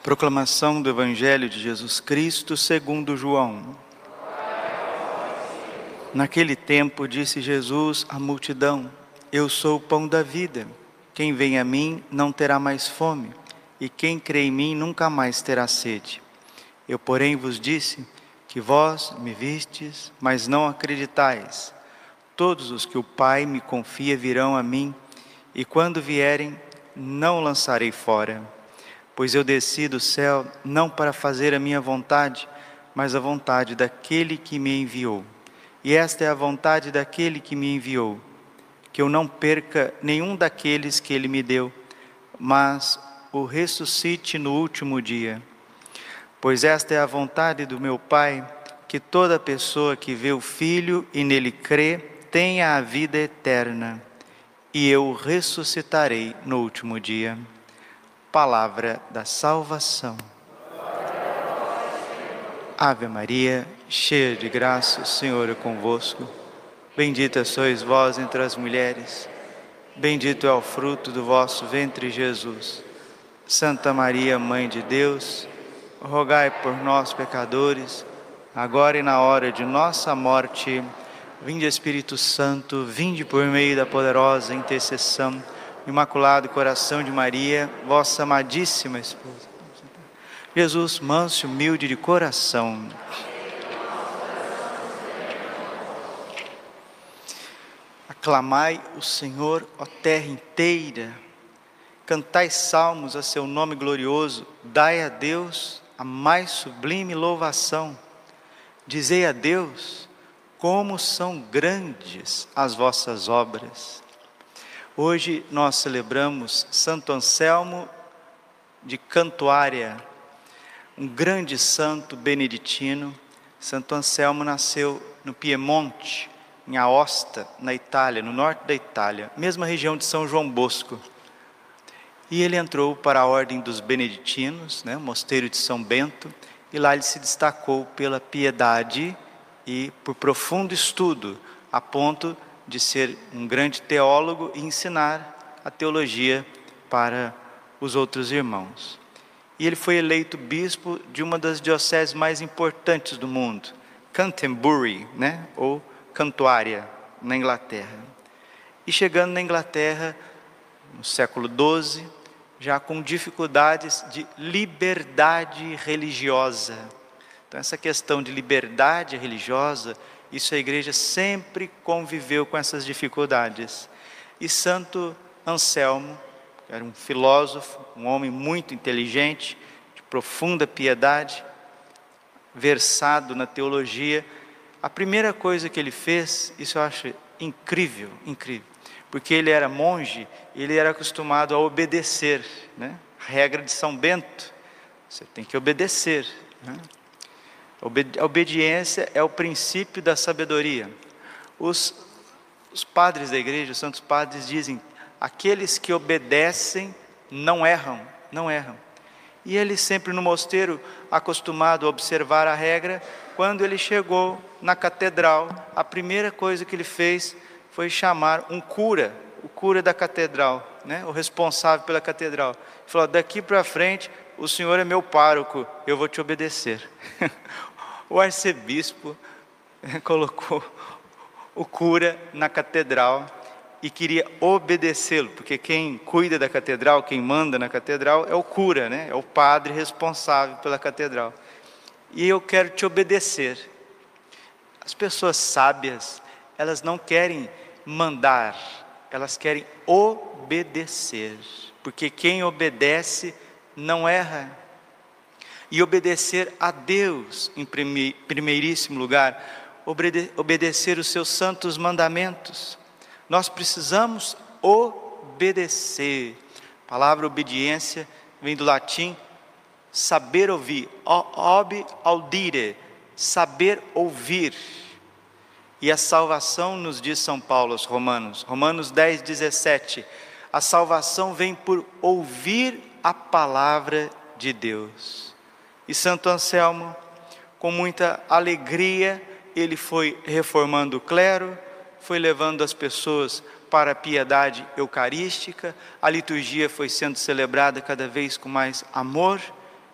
Proclamação do Evangelho de Jesus Cristo segundo João. Naquele tempo disse Jesus à multidão: Eu sou o pão da vida. Quem vem a mim não terá mais fome, e quem crê em mim nunca mais terá sede. Eu, porém, vos disse que vós me vistes, mas não acreditais. Todos os que o Pai me confia virão a mim, e quando vierem, não lançarei fora. Pois eu desci do céu não para fazer a minha vontade, mas a vontade daquele que me enviou. E esta é a vontade daquele que me enviou, que eu não perca nenhum daqueles que ele me deu, mas o ressuscite no último dia. Pois esta é a vontade do meu Pai, que toda pessoa que vê o Filho e nele crê, tenha a vida eterna, e eu o ressuscitarei no último dia. Palavra da salvação. Ave Maria, cheia de graça, o Senhor é convosco. Bendita sois vós entre as mulheres, bendito é o fruto do vosso ventre, Jesus. Santa Maria, Mãe de Deus, rogai por nós, pecadores, agora e na hora de nossa morte. Vinde, Espírito Santo, vinde por meio da poderosa intercessão Imaculado Coração de Maria, vossa amadíssima esposa. Jesus, manso e humilde de coração. Aclamai o Senhor, ó terra inteira. Cantai salmos a seu nome glorioso. Dai a Deus a mais sublime louvação. Dizei a Deus como são grandes as vossas obras. Hoje nós celebramos Santo Anselmo de Cantuária, um grande santo beneditino. Santo Anselmo nasceu no Piemonte, em Aosta, na Itália, no norte da Itália, mesma região de São João Bosco. E ele entrou para a ordem dos beneditinos, o mosteiro de São Bento, e lá ele se destacou pela piedade e por profundo estudo, a ponto de ser um grande teólogo e ensinar a teologia para os outros irmãos. E ele foi eleito bispo de uma das dioceses mais importantes do mundo, Canterbury, ou Cantuária, na Inglaterra. E chegando na Inglaterra, no século XII, já com dificuldades de liberdade religiosa. Então essa questão de liberdade religiosa, isso a igreja sempre conviveu com essas dificuldades. E Santo Anselmo, que era um filósofo, um homem muito inteligente, de profunda piedade, versado na teologia, a primeira coisa que ele fez, isso eu acho incrível, porque ele era monge, ele era acostumado a obedecer, a regra de São Bento, você tem que obedecer, A obediência é o princípio da sabedoria. Os padres da igreja, os santos padres dizem: aqueles que obedecem não erram. E ele sempre no mosteiro, acostumado a observar a regra, quando ele chegou na catedral, a primeira coisa que ele fez foi chamar um cura, o cura da catedral, o responsável pela catedral. Ele falou: daqui para frente, o senhor é meu pároco, eu vou te obedecer. O arcebispo colocou o cura na catedral e queria obedecê-lo, porque quem cuida da catedral, quem manda na catedral é o cura, é o padre responsável pela catedral. E eu quero te obedecer. As pessoas sábias, elas não querem mandar, elas querem obedecer, porque quem obedece não erra. E obedecer a Deus em primeiríssimo lugar, obedecer os seus santos mandamentos. Nós precisamos obedecer. A palavra obediência vem do latim saber ouvir, ob audire, saber ouvir. E a salvação, nos diz São Paulo aos Romanos 10:17, a salvação vem por ouvir a palavra de Deus. E Santo Anselmo, com muita alegria, ele foi reformando o clero, foi levando as pessoas para a piedade eucarística, a liturgia foi sendo celebrada cada vez com mais amor,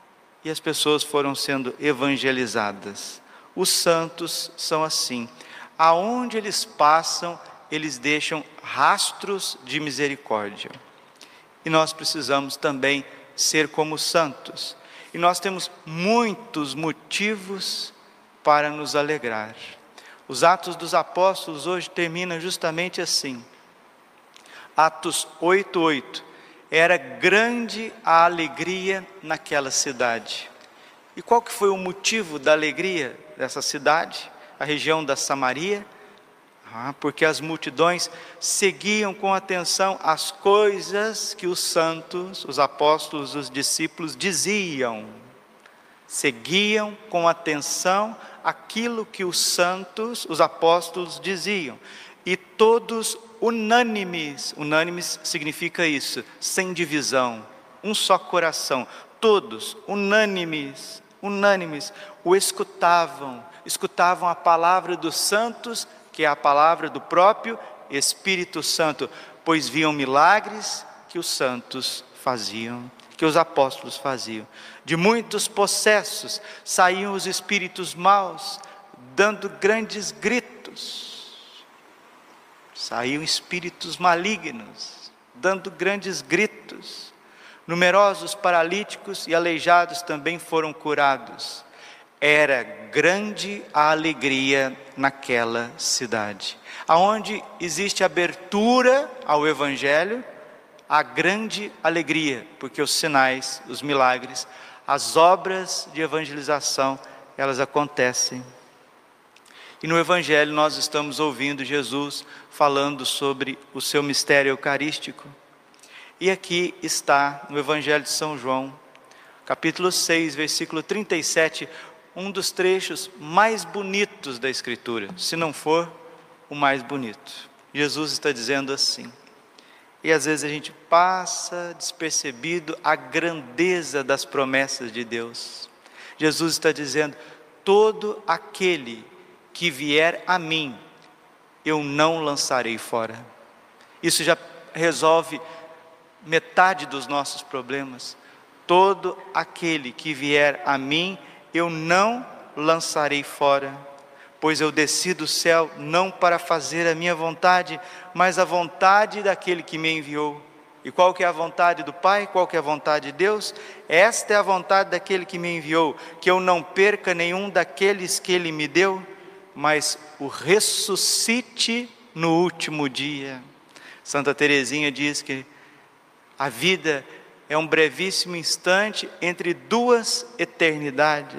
e as pessoas foram sendo evangelizadas. Os santos são assim. Aonde eles passam, eles deixam rastros de misericórdia. E nós precisamos também ser como santos. E nós temos muitos motivos para nos alegrar. Os Atos dos Apóstolos hoje terminam justamente assim. Atos 8:8. Era grande a alegria naquela cidade. E qual que foi o motivo da alegria dessa cidade, a região da Samaria? Porque as multidões seguiam com atenção as coisas que os santos, os apóstolos, os discípulos diziam. Seguiam com atenção aquilo que os santos, os apóstolos diziam. E todos unânimes, unânimes significa isso, sem divisão, um só coração, todos unânimes, o escutavam a palavra dos santos, que é a palavra do próprio Espírito Santo, pois viam milagres que os santos faziam, que os apóstolos faziam. De muitos possessos saíam os espíritos maus, dando grandes gritos. Saíam espíritos malignos, dando grandes gritos. Numerosos paralíticos e aleijados também foram curados. Era grande a alegria naquela cidade. Aonde existe abertura ao Evangelho, há grande alegria, porque os sinais, os milagres, as obras de evangelização, elas acontecem. E no Evangelho nós estamos ouvindo Jesus falando sobre o seu mistério eucarístico. E aqui está no Evangelho de São João, capítulo 6, versículo 37, um dos trechos mais bonitos da Escritura, se não for o mais bonito. Jesus está dizendo assim, e às vezes a gente passa despercebido a grandeza das promessas de Deus. Jesus está dizendo, todo aquele que vier a mim, eu não lançarei fora. Isso já resolve metade dos nossos problemas. Todo aquele que vier a mim, eu não lançarei fora, pois eu desci do céu não para fazer a minha vontade, mas a vontade daquele que me enviou. E qual que é a vontade do Pai? Qual que é a vontade de Deus? Esta é a vontade daquele que me enviou, que eu não perca nenhum daqueles que Ele me deu, mas o ressuscite no último dia. Santa Teresinha diz que a vida é um brevíssimo instante entre duas eternidades.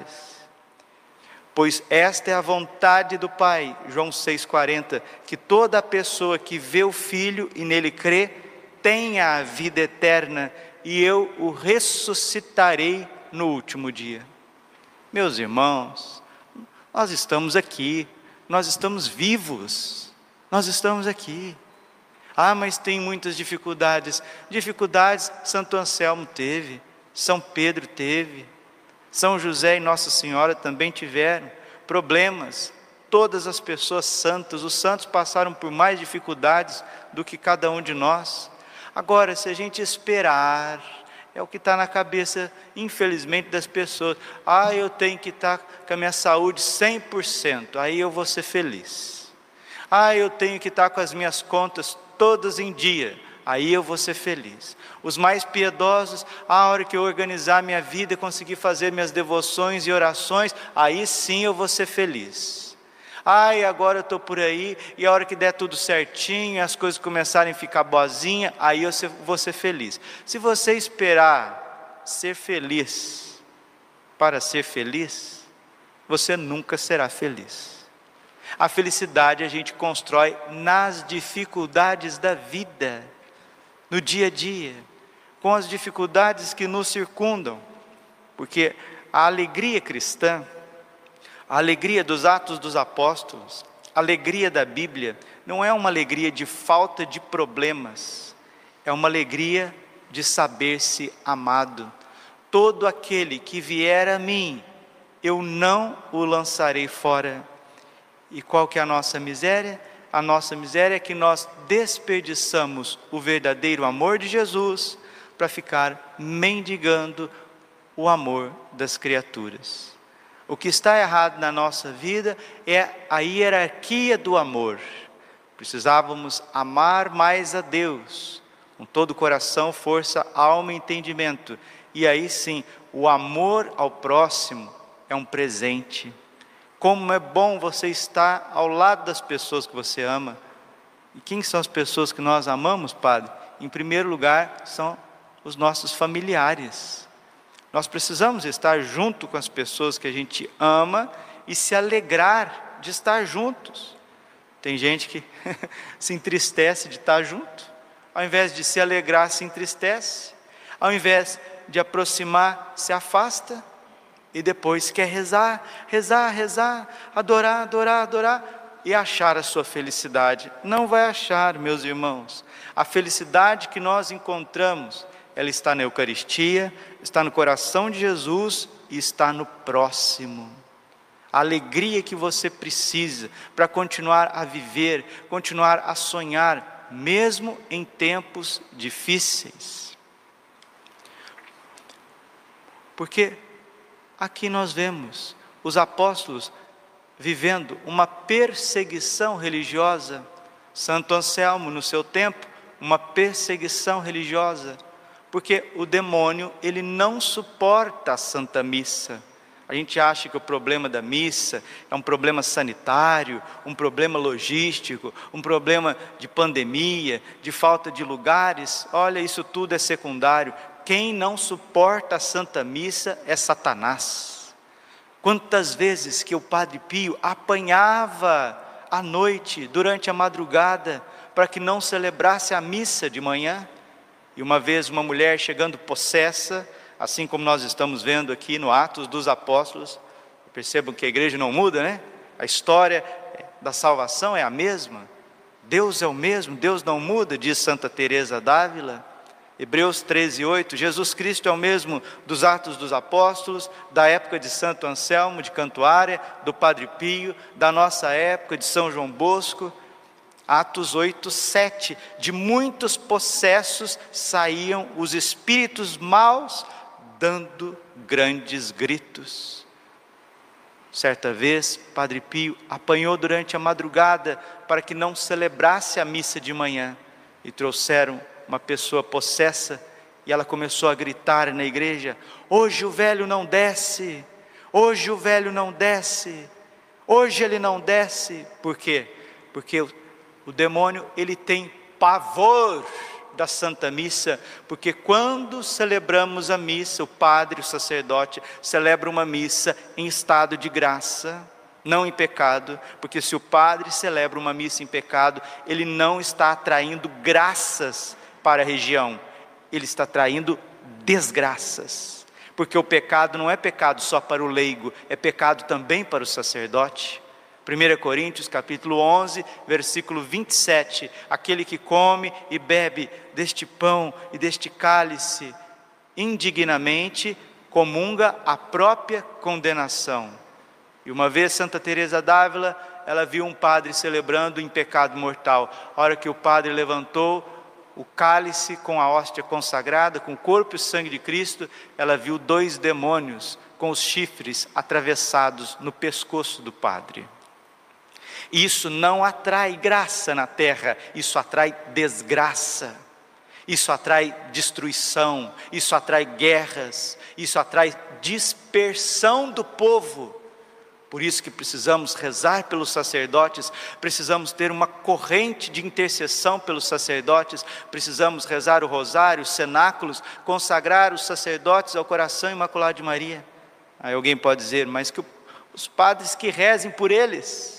Pois esta é a vontade do Pai, João 6,40, que toda pessoa que vê o Filho e nele crê, tenha a vida eterna, e eu o ressuscitarei no último dia. Meus irmãos, nós estamos aqui, nós estamos vivos, nós estamos aqui. Mas tem muitas dificuldades. Dificuldades Santo Anselmo teve, São Pedro teve, São José e Nossa Senhora também tiveram problemas. Todas as pessoas santas, os santos passaram por mais dificuldades do que cada um de nós. Agora, se a gente esperar, é o que está na cabeça, infelizmente, das pessoas. Eu tenho que estar com a minha saúde 100%, aí eu vou ser feliz. Eu tenho que estar com as minhas contas todas em dia, aí eu vou ser feliz. Os mais piedosos, a hora que eu organizar minha vida e conseguir fazer minhas devoções e orações, aí sim eu vou ser feliz. E agora eu estou por aí, e a hora que der tudo certinho, as coisas começarem a ficar boazinha, aí eu vou ser feliz. Se você esperar ser feliz para ser feliz, você nunca será feliz. A felicidade a gente constrói nas dificuldades da vida, no dia a dia, com as dificuldades que nos circundam, porque a alegria cristã, a alegria dos Atos dos Apóstolos, a alegria da Bíblia, não é uma alegria de falta de problemas, é uma alegria de saber-se amado. Todo aquele que vier a mim, eu não o lançarei fora. E qual que é a nossa miséria? A nossa miséria é que nós desperdiçamos o verdadeiro amor de Jesus para ficar mendigando o amor das criaturas. O que está errado na nossa vida é a hierarquia do amor. Precisávamos amar mais a Deus, com todo o coração, força, alma e entendimento. E aí sim, o amor ao próximo é um presente. Como é bom você estar ao lado das pessoas que você ama. E quem são as pessoas que nós amamos, Padre? Em primeiro lugar, são os nossos familiares. Nós precisamos estar junto com as pessoas que a gente ama e se alegrar de estar juntos. Tem gente que se entristece de estar junto. Ao invés de se alegrar, se entristece. Ao invés de aproximar, se afasta. E depois quer rezar, adorar e achar a sua felicidade. Não vai achar, meus irmãos. A felicidade que nós encontramos, ela está na Eucaristia, está no coração de Jesus e está no próximo. A alegria que você precisa para continuar a viver, continuar a sonhar, mesmo em tempos difíceis. Porque aqui nós vemos os apóstolos vivendo uma perseguição religiosa. Santo Anselmo, no seu tempo, uma perseguição religiosa, porque o demônio, ele não suporta a Santa Missa. A gente acha que o problema da missa é um problema sanitário, um problema logístico, um problema de pandemia, de falta de lugares. Olha, isso tudo é secundário. Quem não suporta a Santa Missa é Satanás. Quantas vezes que o Padre Pio apanhava à noite, durante a madrugada, para que não celebrasse a missa de manhã. E uma vez uma mulher chegando possessa, assim como nós estamos vendo aqui no Atos dos Apóstolos, percebam que a igreja não muda, né? A história da salvação é a mesma, Deus é o mesmo, Deus não muda, diz Santa Teresa d'Ávila. Hebreus 13:8, Jesus Cristo é o mesmo dos Atos dos Apóstolos, da época de Santo Anselmo de Cantuária, do Padre Pio, da nossa época de São João Bosco. Atos 8:7, de muitos possessos saíam os espíritos maus, dando grandes gritos. Certa vez, Padre Pio apanhou durante a madrugada para que não celebrasse a missa de manhã, e trouxeram uma pessoa possessa, e ela começou a gritar na igreja: hoje o velho não desce, hoje o velho não desce, hoje ele não desce. Por quê? Porque o demônio, ele tem pavor da Santa Missa, porque quando celebramos a missa, o padre, o sacerdote, celebra uma missa em estado de graça, não em pecado, porque se o padre celebra uma missa em pecado, ele não está atraindo graças para a região, ele está atraindo desgraças, porque o pecado não é pecado só para o leigo, é pecado também para o sacerdote. 1 Coríntios capítulo 11, versículo 27, aquele que come e bebe deste pão e deste cálice indignamente, comunga a própria condenação. E uma vez Santa Teresa d'Ávila, ela viu um padre celebrando em pecado mortal. A hora que o padre levantou o cálice com a hóstia consagrada, com o corpo e o sangue de Cristo, ela viu 2 demônios com os chifres atravessados no pescoço do padre. Isso não atrai graça na terra, isso atrai desgraça, isso atrai destruição, isso atrai guerras, isso atrai dispersão do povo. Por isso que precisamos rezar pelos sacerdotes, precisamos ter uma corrente de intercessão pelos sacerdotes, precisamos rezar o rosário, os cenáculos, consagrar os sacerdotes ao coração imaculado de Maria. Aí alguém pode dizer, mas que os padres que rezem por eles.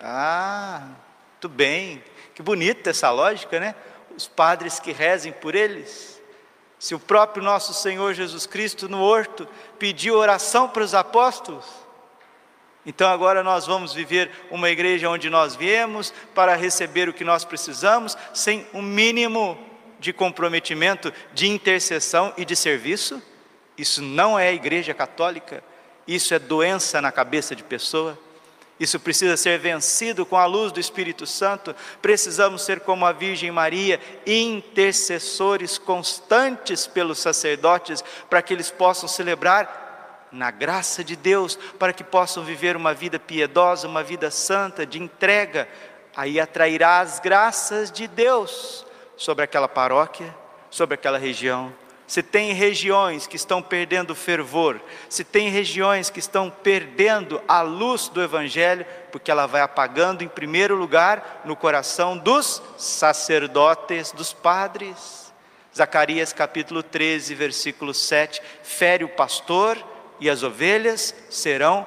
Ah, tudo bem, que bonita essa lógica, né? Os padres que rezem por eles. Se o próprio nosso Senhor Jesus Cristo no horto pediu oração para os apóstolos, então agora nós vamos viver uma igreja onde nós viemos para receber o que nós precisamos, sem um mínimo de comprometimento, de intercessão e de serviço? Isso não é igreja católica, isso é doença na cabeça de pessoa. Isso precisa ser vencido com a luz do Espírito Santo. Precisamos ser como a Virgem Maria, intercessores constantes pelos sacerdotes, para que eles possam celebrar na graça de Deus, para que possam viver uma vida piedosa, uma vida santa, de entrega. Aí atrairá as graças de Deus sobre aquela paróquia, sobre aquela região. Se tem regiões que estão perdendo fervor, se tem regiões que estão perdendo a luz do Evangelho, porque ela vai apagando em primeiro lugar no coração dos sacerdotes, dos padres. Zacarias capítulo 13, versículo 7, fere o pastor e as ovelhas serão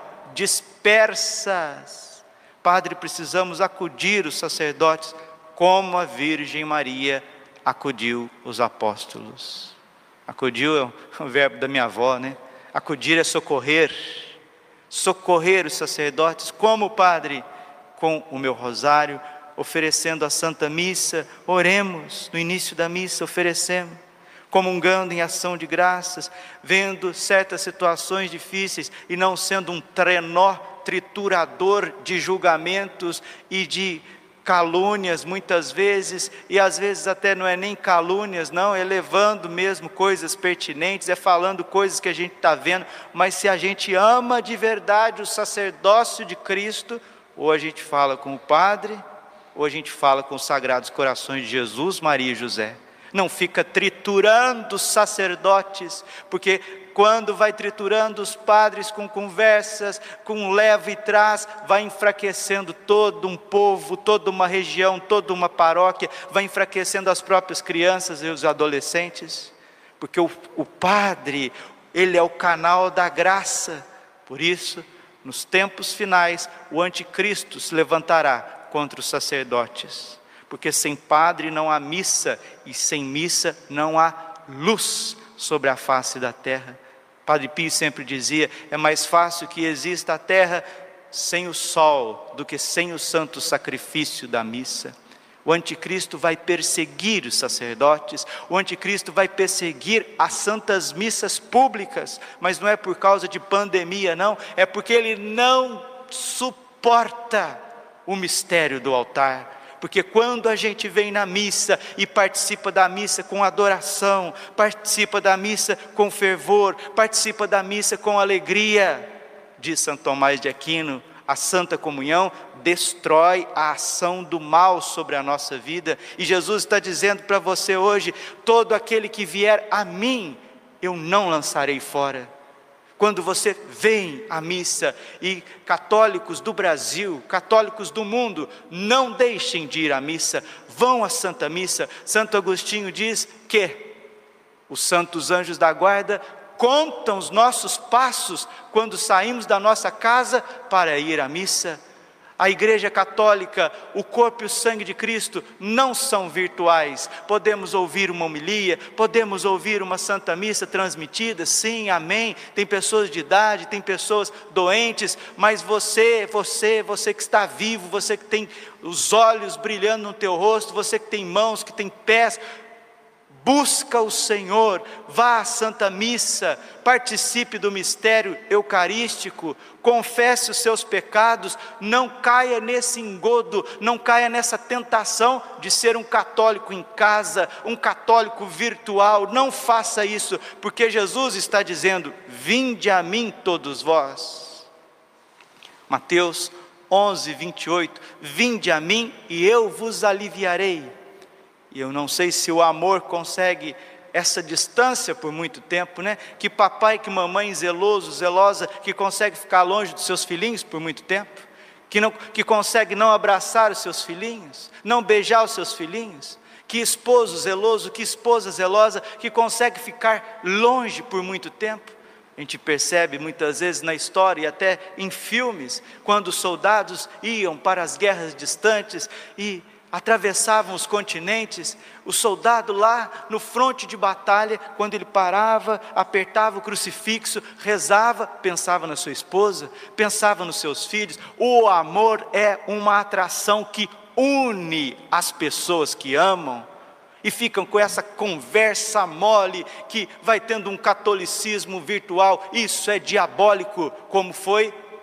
dispersas. Padre, precisamos acudir os sacerdotes, como a Virgem Maria acudiu os apóstolos. Acudiu é o verbo da minha avó, né? Acudir é socorrer. Socorrer os sacerdotes, como Padre, com o meu rosário, oferecendo a Santa Missa. Oremos no início da missa, oferecemos, comungando em ação de graças, vendo certas situações difíceis e não sendo um trenó triturador de julgamentos e de calúnias muitas vezes, e às vezes até não é nem calúnias, não, é levando mesmo coisas pertinentes, é falando coisas que a gente está vendo, mas se a gente ama de verdade o sacerdócio de Cristo, ou a gente fala com o Padre, ou a gente fala com os Sagrados Corações de Jesus, Maria e José. Não fica triturando os sacerdotes, porque quando vai triturando os padres com conversas, com leva e traz, vai enfraquecendo todo um povo, toda uma região, toda uma paróquia, vai enfraquecendo as próprias crianças e os adolescentes, porque o padre, ele é o canal da graça. Por isso, nos tempos finais, o anticristo se levantará contra os sacerdotes, porque sem padre não há missa, e sem missa não há luz sobre a face da terra. Padre Pio sempre dizia, é mais fácil que exista a terra sem o sol, do que sem o santo sacrifício da missa. O anticristo vai perseguir os sacerdotes, o anticristo vai perseguir as santas missas públicas, mas não é por causa de pandemia não, é porque ele não suporta o mistério do altar. Porque quando a gente vem na missa e participa da missa com adoração, participa da missa com fervor, participa da missa com alegria, diz Santo Tomás de Aquino, a Santa Comunhão destrói a ação do mal sobre a nossa vida. E Jesus está dizendo para você hoje, todo aquele que vier a mim, eu não lançarei fora. Quando você vem à missa, e católicos do Brasil, católicos do mundo, não deixem de ir à missa, vão à Santa Missa. Santo Agostinho diz que os santos anjos da guarda contam os nossos passos quando saímos da nossa casa para ir à missa. A Igreja Católica, o corpo e o sangue de Cristo não são virtuais. Podemos ouvir uma homilia, podemos ouvir uma Santa Missa transmitida, sim, amém. Tem pessoas de idade, tem pessoas doentes, mas você que está vivo, você que tem os olhos brilhando no teu rosto, você que tem mãos, que tem pés, busca o Senhor, vá à Santa Missa, participe do mistério eucarístico, confesse os seus pecados, não caia nesse engodo, não caia nessa tentação de ser um católico em casa, um católico virtual. Não faça isso, porque Jesus está dizendo, vinde a mim todos vós. Mateus 11, 28, vinde a mim e eu vos aliviarei. E eu não sei se o amor consegue essa distância por muito tempo, né? Que papai, que mamãe zeloso, zelosa, que consegue ficar longe dos seus filhinhos por muito tempo, que consegue não abraçar os seus filhinhos, não beijar os seus filhinhos, que esposo zeloso, que esposa zelosa, que consegue ficar longe por muito tempo. A gente percebe muitas vezes na história e até em filmes, quando os soldados iam para as guerras distantes e atravessavam os continentes, o soldado lá no fronte de batalha, quando ele parava, apertava o crucifixo, rezava, pensava na sua esposa, pensava nos seus filhos. O amor é uma atração que une as pessoas que amam, e ficam com essa conversa mole, que vai tendo um catolicismo virtual. Isso é diabólico, como foi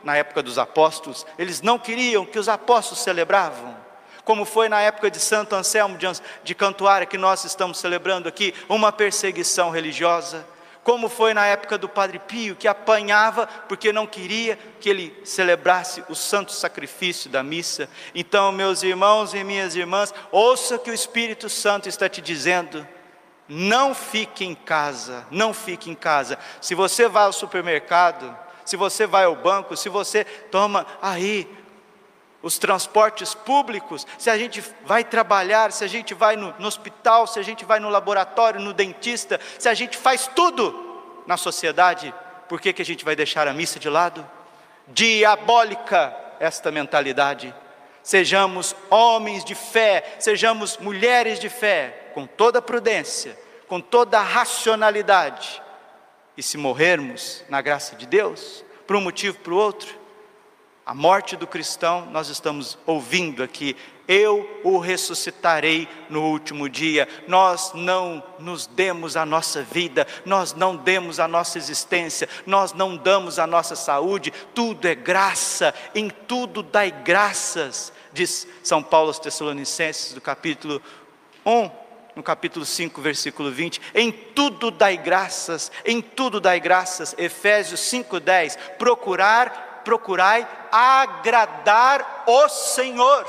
na época dos apóstolos, eles não queriam que os apóstolos celebravam. Como foi na época de Santo Anselmo de Cantuária, que nós estamos celebrando aqui, uma perseguição religiosa. Como foi na época do Padre Pio, que apanhava porque não queria que ele celebrasse o santo sacrifício da missa. Então, meus irmãos e minhas irmãs, ouça o que o Espírito Santo está te dizendo. Não fique em casa, não fique em casa. Se você vai ao supermercado, se você vai ao banco, se você toma aí os transportes públicos, se a gente vai trabalhar, se a gente vai no hospital, se a gente vai no laboratório, no dentista, se a gente faz tudo na sociedade, por que a gente vai deixar a missa de lado? Diabólica esta mentalidade. Sejamos homens de fé, sejamos mulheres de fé, com toda prudência, com toda racionalidade. E se morrermos na graça de Deus, por um motivo ou por outro, a morte do cristão, nós estamos ouvindo aqui, eu o ressuscitarei no último dia. Nós não nos demos a nossa vida, nós não demos a nossa existência, nós não damos a nossa saúde, tudo é graça, em tudo dai graças, diz São Paulo aos Tessalonicenses, do capítulo 1, no capítulo 5, versículo 20, em tudo dai graças, Efésios 5:10, procurai agradar o Senhor,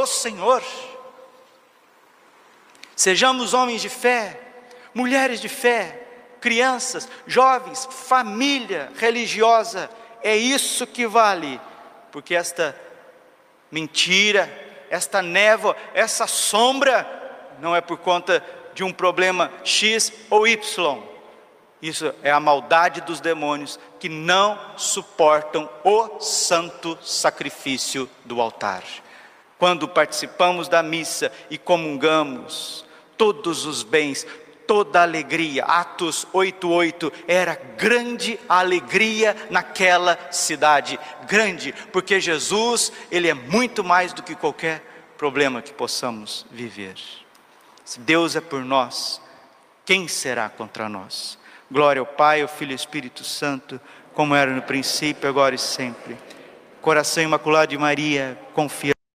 Sejamos homens de fé, mulheres de fé, crianças, jovens, família religiosa, é isso que vale, porque esta mentira, esta névoa, essa sombra, não é por conta de um problema X ou Y, isso é a maldade dos demônios que não suportam o santo sacrifício do altar. Quando participamos da missa e comungamos, todos os bens, toda a alegria, Atos 8:8, era grande alegria naquela cidade, grande, porque Jesus, Ele é muito mais do que qualquer problema que possamos viver. Se Deus é por nós, quem será contra nós? Glória ao Pai, ao Filho e ao Espírito Santo, como era no princípio, agora e sempre. Coração Imaculado de Maria, confiante.